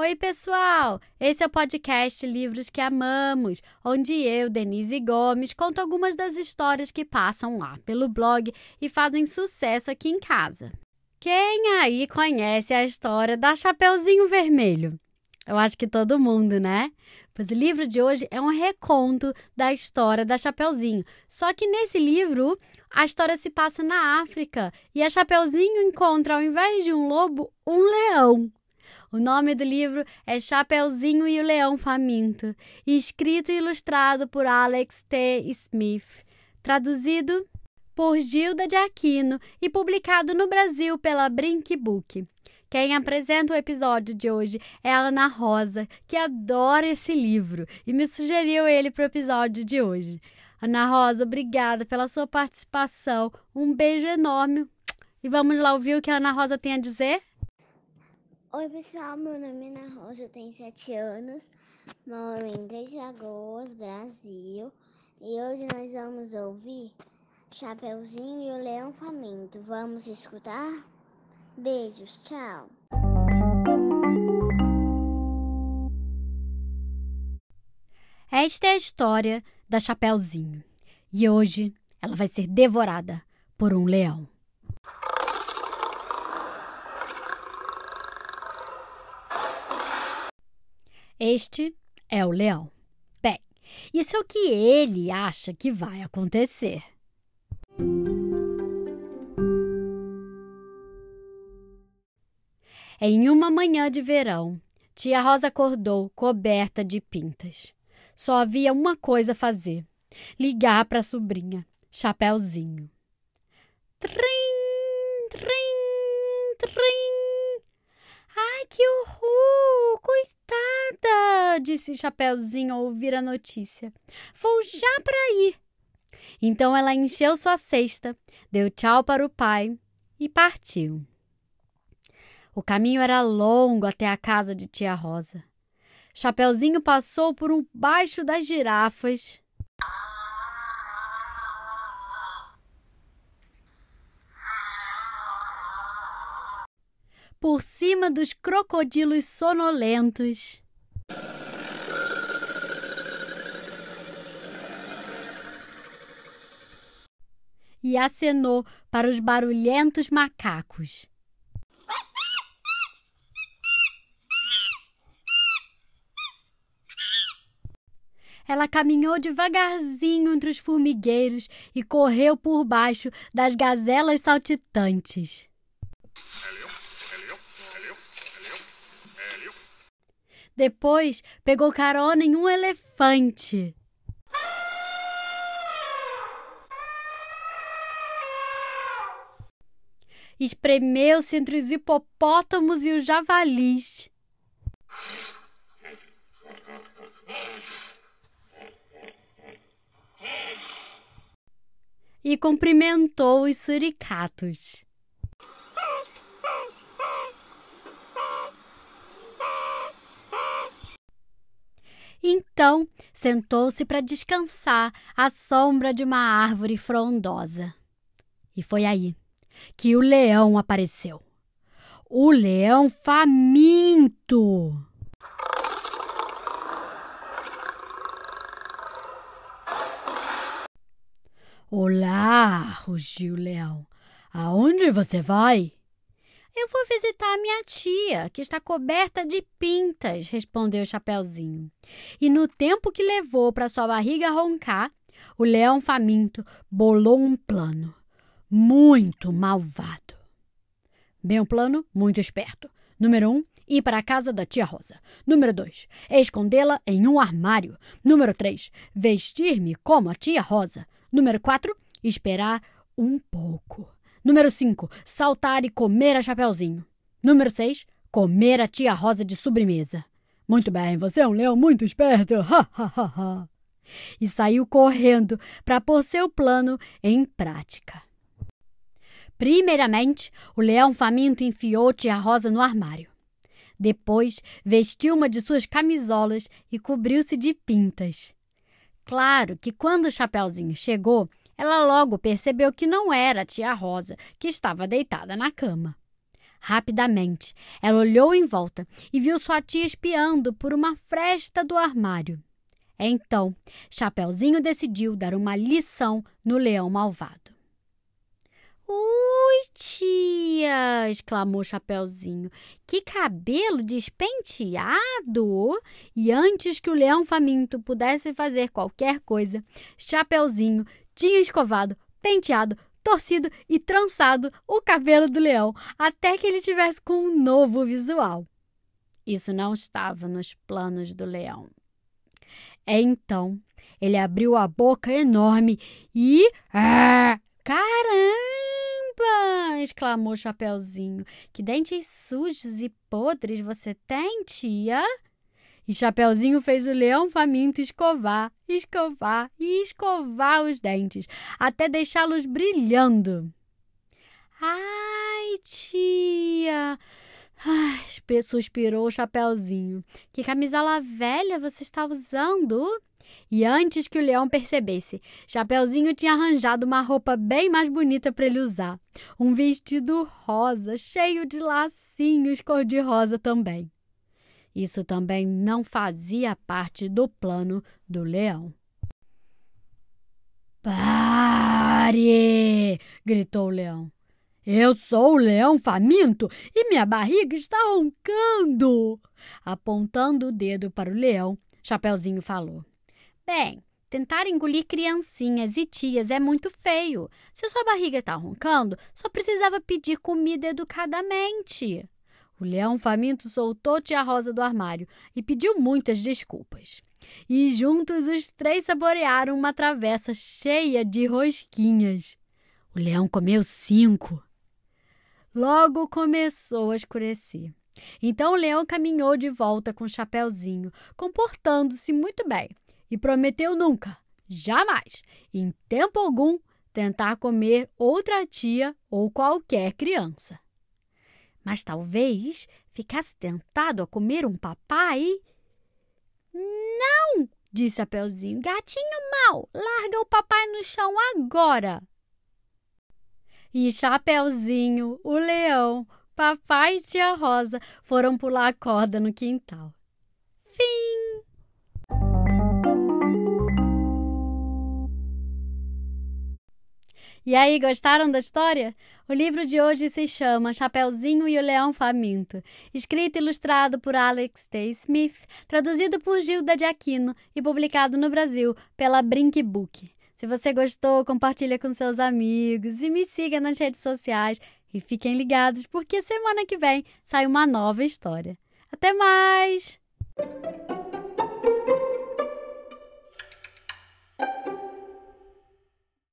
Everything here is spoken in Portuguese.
Oi, pessoal! Esse é o podcast Livros que Amamos, onde eu, Denise Gomes, conto algumas das histórias que passam lá pelo blog e fazem sucesso aqui em casa. Quem aí conhece a história da Chapeuzinho Vermelho? Eu acho que todo mundo, né? Pois o livro de hoje é um reconto da história da Chapeuzinho. Só que nesse livro, a história se passa na África e a Chapeuzinho encontra, ao invés de um lobo, um leão. O nome do livro é Chapeuzinho e o Leão Faminto, escrito e ilustrado por Alex T. Smith, traduzido por Gilda de Aquino e publicado no Brasil pela Brink Book. Quem apresenta o episódio de hoje é a Ana Rosa, que adora esse livro e me sugeriu ele para o episódio de hoje. Ana Rosa, obrigada pela sua participação. Um beijo enorme. E vamos lá ouvir o que a Ana Rosa tem a dizer? Oi, pessoal. Meu nome é Ana Rosa, eu tenho 7 anos, moro em Três Lagoas, Brasil. E hoje nós vamos ouvir Chapeuzinho e o Leão Faminto. Vamos escutar? Beijos, tchau! Esta é a história da Chapeuzinho. E hoje ela vai ser devorada por um leão. Este é o leão. Bem, isso é o que ele acha que vai acontecer. Em uma manhã de verão, tia Rosa acordou coberta de pintas. Só havia uma coisa a fazer: ligar para a sobrinha, Chapeuzinho. Trim, trim, trim. Ai, que horror! Coitada! Disse Chapeuzinho ao ouvir a notícia. Vou já para aí. Então ela encheu sua cesta, deu tchau para o pai e partiu. O caminho era longo até a casa de tia Rosa. Chapeuzinho passou por baixo das girafas, por cima dos crocodilos sonolentos e acenou para os barulhentos macacos. Ela caminhou devagarzinho entre os formigueiros e correu por baixo das gazelas saltitantes. Depois pegou carona em um elefante. Espremeu-se entre os hipopótamos e os javalis. E cumprimentou os suricatos. Então, sentou-se para descansar à sombra de uma árvore frondosa. E foi aí que o leão apareceu. O leão faminto! Olá, rugiu o leão. Aonde você vai? Eu vou visitar minha tia, que está coberta de pintas, respondeu Chapeuzinho. E no tempo que levou para sua barriga roncar, o leão faminto bolou um plano muito malvado. Bem, um plano muito esperto. Número 1, ir para a casa da tia Rosa. Número 2, escondê-la em um armário. Número 3, vestir-me como a tia Rosa. Número 4, esperar um pouco. Número 5, saltar e comer a Chapeuzinho. Número 6, comer a tia Rosa de sobremesa. Muito bem, você é um leão muito esperto. Ha, ha, ha, ha. E saiu correndo para pôr seu plano em prática. Primeiramente, o leão faminto enfiou tia Rosa no armário. Depois, vestiu uma de suas camisolas e cobriu-se de pintas. Claro que quando o Chapeuzinho chegou, ela logo percebeu que não era a tia Rosa que estava deitada na cama. Rapidamente, ela olhou em volta e viu sua tia espiando por uma fresta do armário. Então, Chapeuzinho decidiu dar uma lição no leão malvado. "Ui, tia!" exclamou Chapeuzinho. "Que cabelo despenteado!" E antes que o leão faminto pudesse fazer qualquer coisa, Chapeuzinho tinha escovado, penteado, torcido e trançado o cabelo do leão até que ele tivesse com um novo visual. Isso não estava nos planos do leão. Então, ele abriu a boca enorme e... "Caramba!" exclamou Chapeuzinho. "Que dentes sujos e podres você tem, tia?" E Chapeuzinho fez o leão faminto escovar, escovar e escovar os dentes, até deixá-los brilhando. "Ai, tia!" suspirou Chapeuzinho. "Que camisola velha você está usando?" E antes que o leão percebesse, Chapeuzinho tinha arranjado uma roupa bem mais bonita para ele usar. Um vestido rosa, cheio de lacinhos cor-de-rosa também. Isso também não fazia parte do plano do leão. "Pare!" gritou o leão. "Eu sou o leão faminto e minha barriga está roncando." Apontando o dedo para o leão, Chapeuzinho falou: "Bem, tentar engolir criancinhas e tias é muito feio. Se sua barriga está roncando, só precisava pedir comida educadamente." O leão faminto soltou Tia Rosa do armário e pediu muitas desculpas. E juntos os três saborearam uma travessa cheia de rosquinhas. O leão comeu 5. Logo começou a escurecer. Então o leão caminhou de volta com Chapeuzinho, comportando-se muito bem, e prometeu nunca, jamais, em tempo algum, tentar comer outra tia ou qualquer criança. Mas talvez ficasse tentado a comer um papai? "Não!" disse Chapeuzinho. "Gatinho mau, larga o papai no chão agora!" E Chapeuzinho, o leão, papai e tia Rosa foram pular a corda no quintal. Fim! E aí, gostaram da história? O livro de hoje se chama Chapeuzinho e o Leão Faminto, escrito e ilustrado por Alex T. Smith, traduzido por Gilda de Aquino e publicado no Brasil pela Brink Book. Se você gostou, compartilha com seus amigos e me siga nas redes sociais. E fiquem ligados, porque semana que vem sai uma nova história. Até mais!